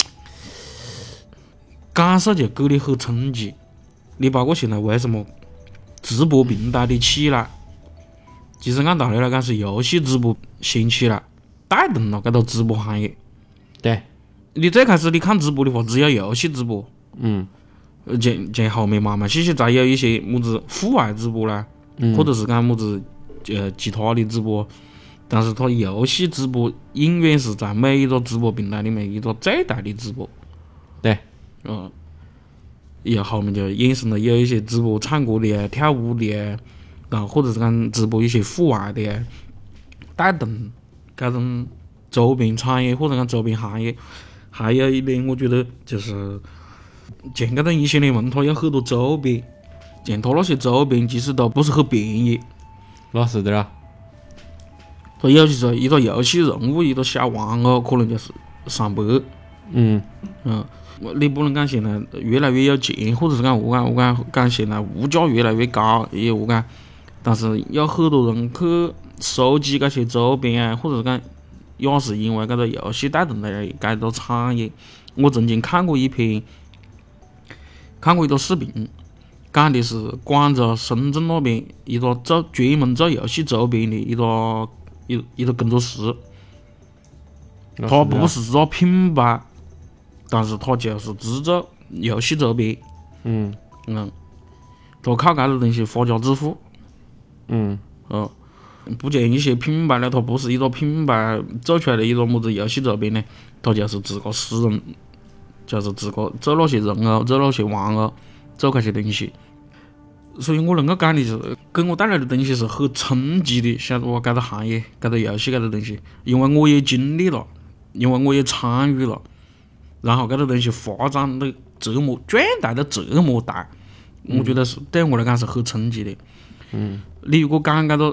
感受就给你很冲击。你包括现在为什么直播平台的起来，其实按道理来讲是游戏直播先起来，带动了这个直播行业。 对， 你最开始你看直播的话，只有游戏直播。 嗯， 前前后面慢慢细细再有一些么子户外直播啦， 嗯、 或者是讲么子呃其他的直播，但是它游戏直播永远是在每一个直播平台里面一个最大的直播。 对， 嗯，然后后面就衍生了有一些直播唱歌的、跳舞的，然后或者是讲直播一些户外的，带动这种周边产业或者讲周边行业。还有一点，我觉得就是。像这种一些联盟，它有很多周边，像它那些周边其实都不是很便宜。 那是的啦。 它有些时候一个游戏人物，一个小玩偶，可能就是上百。 嗯。 嗯，你不能讲现在越来越有钱，或者是讲我讲我讲讲现在物价越来越高，也我讲，但是有很多人去收集这些周边啊，或者是讲，也是因为这个游戏带动了这个产业。我曾经看过一篇。看过一个视频，讲的是广州、深圳那边一个做专门做游戏周边的一个一一个工作室，他不是做品牌，但是他就是制作游戏周边。 嗯嗯，他靠这个东西发家致富。 嗯嗯，不像一些品牌呢，它不是一个品牌做出来的一个么子游戏周边呢，它就是自个私人。就是自个做那些人偶，做那些玩偶，做这些东西，所以我能够讲的是，给我带来的东西是很冲击的，晓得不？这个行业，这个游戏，这个东西，因为我也经历了，因为我也参与了，然后这个东西发展的这么壮大的这么大，我觉得是对我来讲是很冲击的。 嗯， 你如果讲这个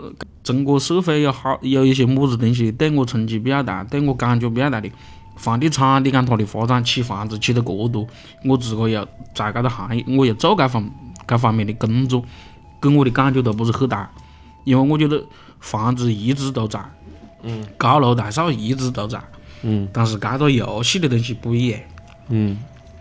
中国社会有好有一些么子东西对我冲击比较大，对我感觉比较大的，房地产你讲它的发展，起房子起得过多，我自个要在搿个行业，我要做搿方搿方面的工作，跟我的感觉都不是很大，因为我觉得房子一直都在， 嗯， 高楼大厦一直都在， 嗯， 但是搿个游戏的东西不一样， 嗯。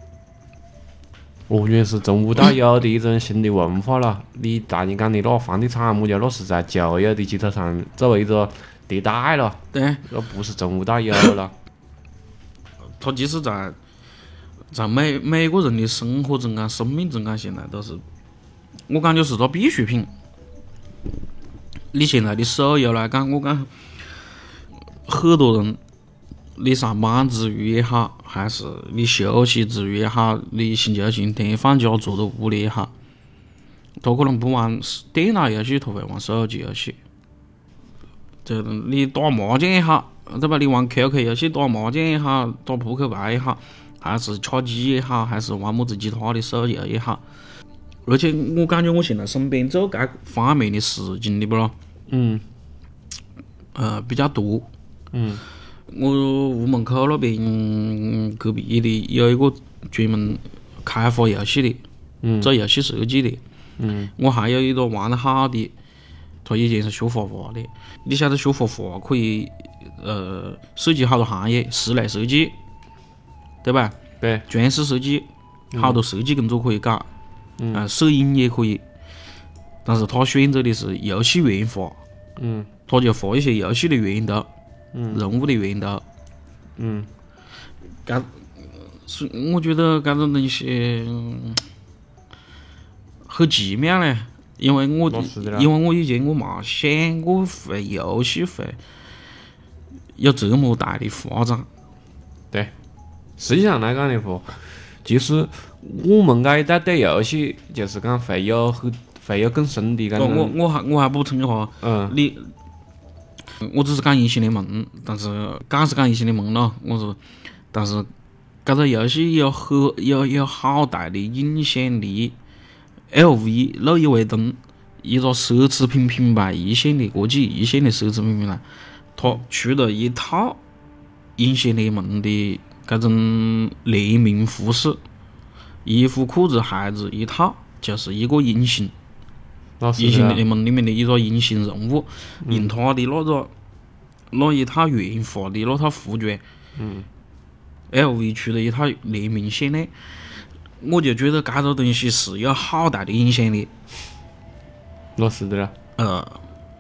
我觉得是从无到有的一种新的文化了。你大你讲的那房地产么家，那是在旧有的基础上作为一个迭代了， 对， 那不是从无到有了。 它即使在在每每个人的生活中间、生命中间，现在都是，我感觉是个必需品。你现在的手游来讲，我讲很多人，你上班之余也好，还是你休息之余也好，你星期二星期天放假坐在屋里也好，他可能不玩电脑游戏，他会玩手机游戏。这你打麻将也好，对吧？你玩 Q Q 游戏打麻将也好，打扑克牌也好，还是吃鸡也好，还是玩么子其他的手游也好。而且我感觉我现在身边做该方面的事情的不咯， 嗯， 呃，比较多。 嗯。 我屋门口那边、嗯、隔壁的有一个专门开发游戏的， 嗯， 做游戏设计的。 嗯， 我还有一个玩得好的，他以前是学画画的。你晓得学画画可以呃涉及好多行业，室内设计，对吧？ 对， 装饰设计，好多设计工作可以搞， 嗯， 呃，摄影也可以。但是他选择的是游戏原画， 嗯， 他就画一些游戏的原图。 嗯， 人物的源头， 嗯， 搿是我觉得搿种东西、嗯、很奇妙嘞，因为我因为我以前我冇想过会游戏会有这么大的发展。 对，实际上来讲的话，其实我们搿一代对游戏就是讲会有很会有更深的搿种。 我我还我还补充一下， 嗯， 你。我只是讲英雄联盟，但是讲是讲英雄联盟咯，我说，但是搿个游戏有很有有好大的影响力。L V 那一回东一个奢侈品品牌，一线的国际一线的奢侈品品牌，它出了一套英雄联盟的搿种联名服饰，衣服、裤子、鞋子一套，就是一个英雄。英雄联盟里面的一个英雄人物， 嗯、 用他的那个那一套原画的那套服装， 嗯 ，L V 出了一套联名项链，我就觉得搿个东西是有好大的影响力。 那是的啦。 呃，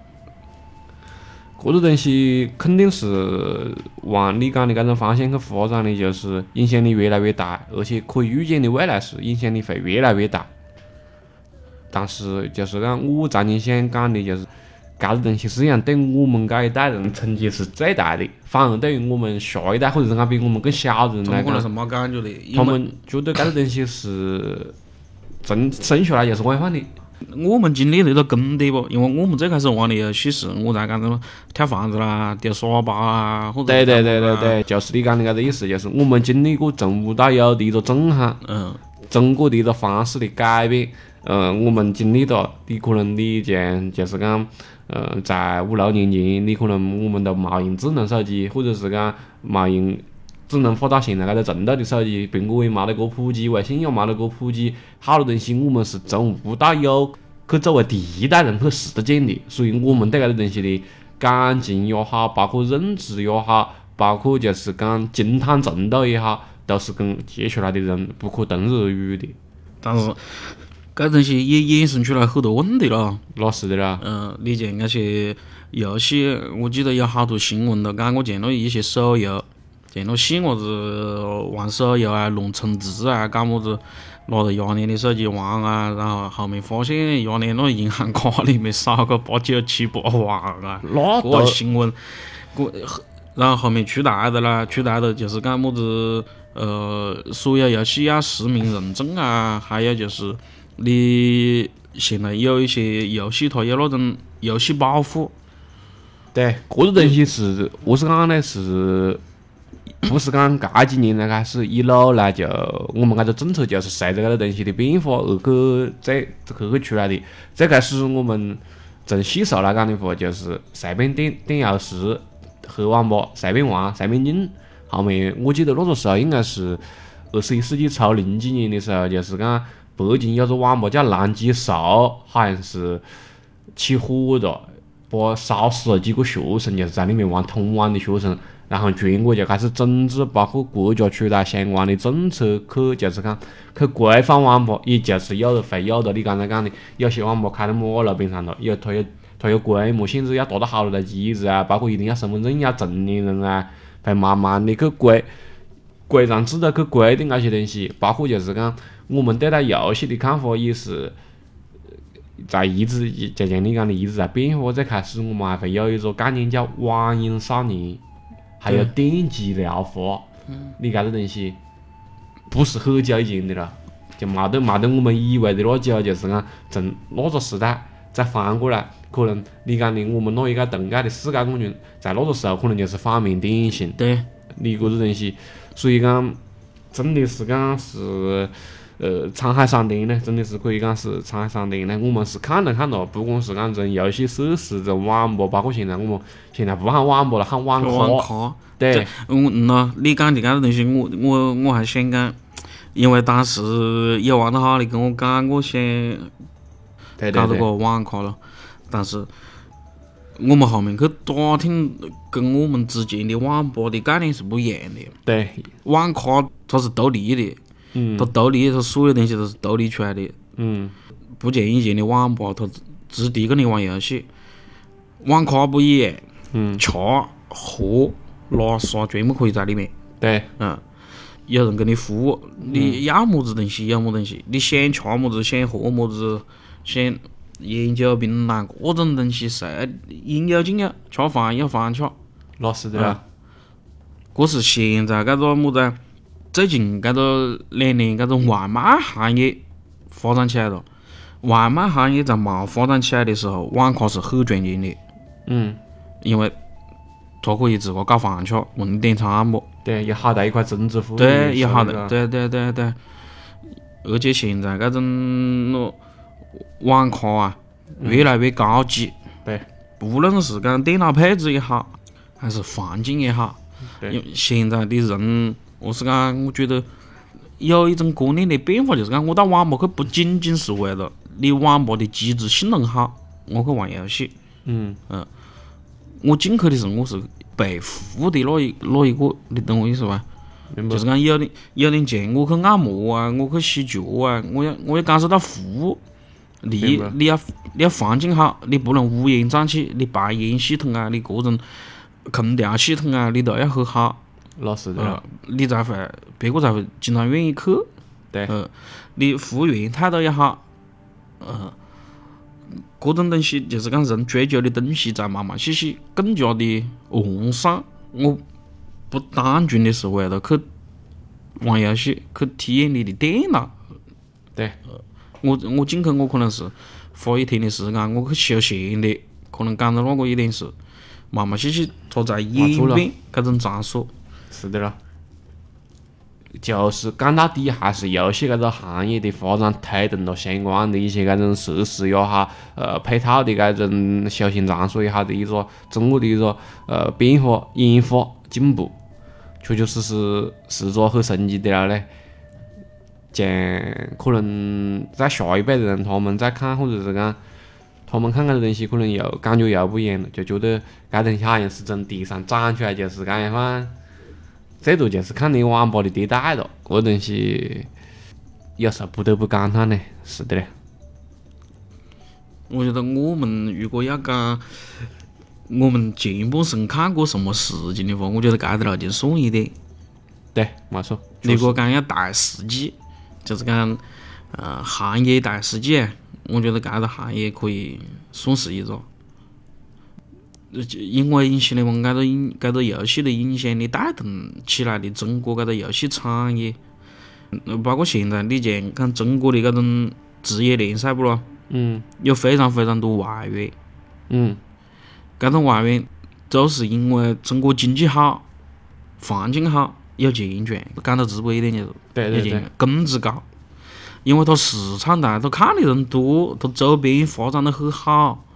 搿个东西肯定是往你讲的搿种方向去发展的，就是影响力越来越大，而且可以预见的未来是影响力会越来越大。但是就是讲，我曾经想讲的就是，搿个东西实际上对我们搿一代人冲击是最大的，反而对于我们下一代或者是讲比我们更小的人来讲， 是没感觉的。 他们觉得搿个东西是真生下来就是违法的。 我们经历那个更迭不，因为我们最开始玩的游戏是我在讲什么跳房子啦、丢沙包啊，或者对对对对对，就是你讲的搿个意思，就是我们经历过从无到有的一个震撼， 嗯， 中国的一个方式的改变。呃，我们经历到，你可能你像就是讲，呃，在五六年前，你可能我们都冇用智能手机，或者是讲冇用智能发到现在搿个程度的手机，苹果也冇得个普及，微信也冇得个普及，好多东西我们是从无到有去作为第一代人去实践的，所以我们对搿个东西的感情也好，包括认知也好，包括就是讲惊叹程度也好，都是跟接下来的人不可同日而语的。 但是。搿东西也衍生出来很多问题了。 那是的啦。 嗯，你像那些游戏，我记得有好多新闻都讲过，像那一些手游，像那细伢子玩手游啊，弄充值啊，搞么子，拿着爷娘的手机玩啊，然后后面发现爷娘那银行卡里面少个八九七八万啊， 那个新闻，个然后后面出台的啦，出台的就是讲么子，呃，所有游戏要实名认证啊，还有就是。你现在有一些游戏，它有那种游戏保护。 对，这个东西是，我是讲呢是，不是讲这几年来开始一路来就我们搿个政策就是随着搿个东西的变化而去再去去出来的。最开始我们从细数来讲的话，就是随便点点钥匙、黑网吧、随便玩、随便进。后面我记得那个时候应该是二十一世纪初零几年的时候，就是讲北京有个网吧叫南极兽，好像是起火了，把烧死了几个学生，就是在里面玩通网的学生。然后全国就开始整治，包括国家出台相关的政策，去就是讲去规范网吧，也就是有会有的你刚才讲的，有些网吧开在马路边上了，有它有它有规模，限制要达到好多台机子啊，包括一定要身份证要成年人啊，会慢慢的去规规章制度去规定那些东西，包括就是讲我们对待游戏的看法也是在一直就像你讲的一直在变化。最开始我们还会有一个概念叫网瘾少年。还有电击疗法，嗯、你搿个东西不是很久以前的了，就冇得冇得我们以为的那久，就是讲从那个时代再翻过来，可能你讲的我们那一个同届的世界冠军，在那个时候可能就是反面典型。 对， 你搿个东西，所以讲真的是讲是。呃，沧海桑田呢，真的是可以讲是沧海桑田呢。我们是看了看了，不管是讲从游戏设施、从网吧，包括现在我们现在不喊网吧了，喊网网咖。 对， 嗯喏，你讲的搿个东西，我我我还想讲，因为当时有王德哈你跟我讲，我想搞这个网咖了，但是我们后面去打听，跟我们之前的网吧的概念是不一样的。 对， 网咖它是独立的。 嗯， 它独立，它所有东西都是独立出来的。 嗯， 不像以前的网吧，它只提供你玩游戏。网咖不一样， 嗯， 吃、喝、拉撒全部可以在里面。 对， 嗯，有人给你服务，你要么子东西有么东西，你想吃么子，想喝么子，想烟酒槟榔各种东西，谁应有尽有，吃饭有饭吃。 那是的啦。 这是现在搿个么子？最近搿个两年，搿种外卖行业发展起来了。外卖行业在冇发展起来的时候，网咖是很赚钱的。 嗯， 因为它可以自个搞饭吃，问你点餐不？ 对，有好大一块增值服务。 对，有好大，对对对对。而且现在搿种喏网咖啊，越来越高级。 对， 不论是讲电脑配置也好，还是环境也好， 对， 因为现在的人。我是讲，我觉得有一种观念的变化，就是讲，我到网吧去不仅仅是为了你网吧的机制性能好，我去玩游戏。 嗯嗯，我进去的时候，我是被服务的那一那一个，你懂我意思吧？就是讲有点有点像我去按摩啊，我去洗脚啊，我要我要感受到服务。你你要你要环境好，你不能乌烟瘴气，你排烟系统啊，你各种空调系统啊，你都要很好。 那是的、 呃，你才会，别个才会经常愿意去。 对， 呃，你服务员态度也好，呃，各种东西就是讲人追求的东西在慢慢细细更加的完善。我不单纯的是为了去玩游戏，去体验你的电脑。 对， 呃、我我进去我可能是花一天的时间，我去休闲的，可能赶到那个一点是慢慢细细，它在演变搿种场所。 是的了，就是讲到底还是游戏搿个行业的发展推动了相关的一些搿种设施也好，呃配套的搿种休闲场所也好的一个整个的一个呃变化、演化、进步，确确实实是个很神奇的了嘞。像可能在下一辈的人他们在看，或者是讲他们看搿个东西，可能又感觉又不一样了，就觉得搿东西好像是从地上长出来，就是搿样放。最多就是看你网吧的迭代了，这东西有时候不得不感叹呢。是的嘞。 我觉得我们如果要讲我们前半生看过什么事情的话，我觉得搿条就算一点。 对，没错。 如果讲要大事记，就是讲呃行业大事记，我觉得搿个行业可以算是一个。因为引起了我们搿个影搿个游戏的影响力带动起来的中国搿个游戏产业，包括现在你像看中国的搿种职业联赛不咯？ 嗯， 有非常非常多外援。 嗯， 搿种外援就是因为中国经济好，环境好，有钱赚。讲到直播一点就是， 对对对， 工资高，因为它市场大，它看的人多，它周边发展得很好。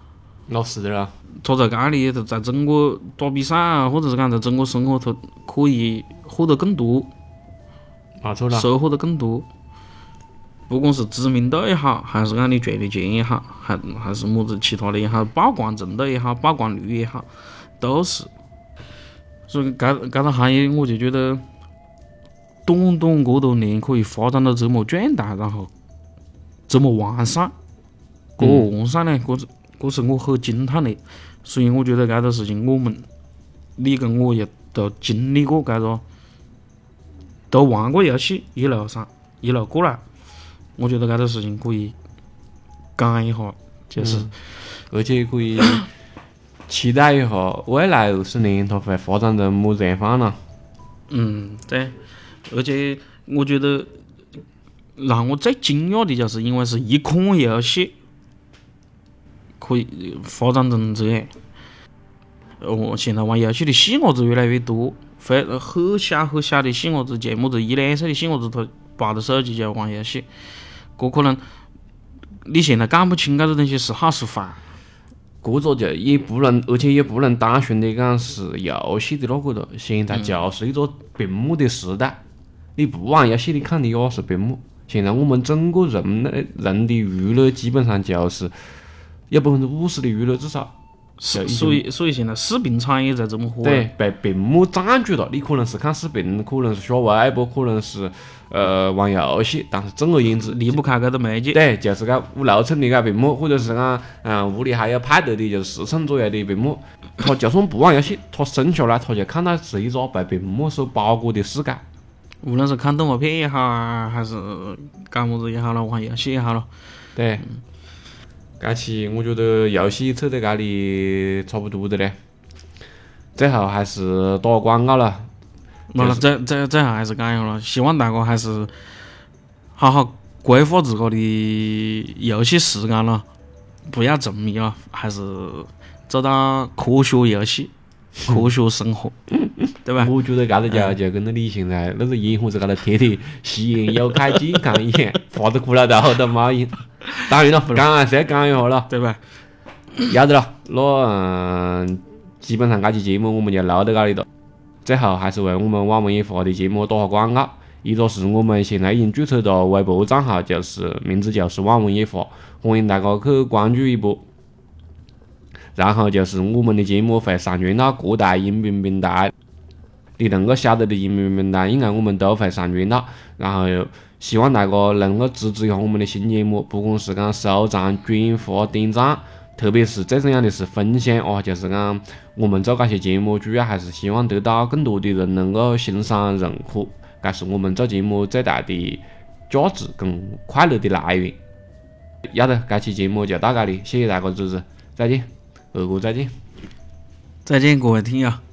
那是的了。 坐在家里，在整个打比赛啊，或者是讲在整个生活头可以获得更多， 没错了。 收获得更多。不管是知名度也好，还是讲你赚的钱也好，还还是么子其他的也好，曝光程度也好，曝光率也好，都是。所以该该个行业，我就觉得短短这多年可以发展到这么壮大，然后这么完善，这完善呢，这是这是我很惊叹的。所以我觉得这个事情，我们你跟我也都经历过这个，都玩过游戏，一路上一路过来，我觉得这个事情可以讲一下，就是、 嗯，而且可以期待一下未来二十年它会发展成么子样范了。 嗯，对，而且我觉得让我最惊讶的就是，因为是一款游戏可以发展成这样。哦，现在玩游戏的细伢子越来越多，非很小很小的细伢子，就么子一两岁的细伢子，他抱着手机就玩游戏，这可能你现在讲不清这个东西是好是坏。 这个就也不能，而且也不能单纯的讲是游戏的那个了，现在就是一个屏幕的时代。你不玩游戏，你看的也是屏幕。现在我们整个人类人的娱乐基本上就是有百分之五十的娱乐至少。 所以，所以现在视频产业在这么火。 对，被屏幕占据了。你可能是看视频，可能是刷微博，可能是呃玩游戏，但是总而言之， 离不开这个媒介。 对，就是个五六寸的个屏幕，或者是讲嗯屋里还有派对的，就是四寸左右的屏幕。他就算不玩游戏，他生下来他就看到是一个被屏幕所包裹的世界。 无论是看动画片也好啊，还是干么子也好了，玩游戏也好了。 对。这期我觉得游戏扯到这里差不多的嘞，最后还是打广告了。 没了，最最最后还是讲一下了，希望大家还是好好规划自个的游戏时间了，不要沉迷了，还是做到科学游戏、科学生活，对吧？ 我觉得这个就就跟那你现在那个烟火在这头贴的吸烟有害健康一样，发到骷髅头都没用。当然了，讲还是要讲一下了， 对吧？ 要得了，那嗯，基本上这期节目我们就录到这里了。最后还是为我们网文一发的节目打下广告，一个是我们现在已经注册的微博账号，就是名字就是网文一发，欢迎大家去关注一波。然后就是我们的节目会上传到各大音频平台，你能够晓得的音频平台，应该我们都会上传到。然后希望大家能够支持一下我们的新节目，不管是讲收藏、转发、点赞，特别是最重要的是分享啊！就是讲我们做这些节目，主要还是希望得到更多的人能够欣赏、认可，这是我们做节目最大的价值跟快乐的来源。要得，这期节目就到这里，谢谢大家支持，再见，二哥再见， 再见，各位听友。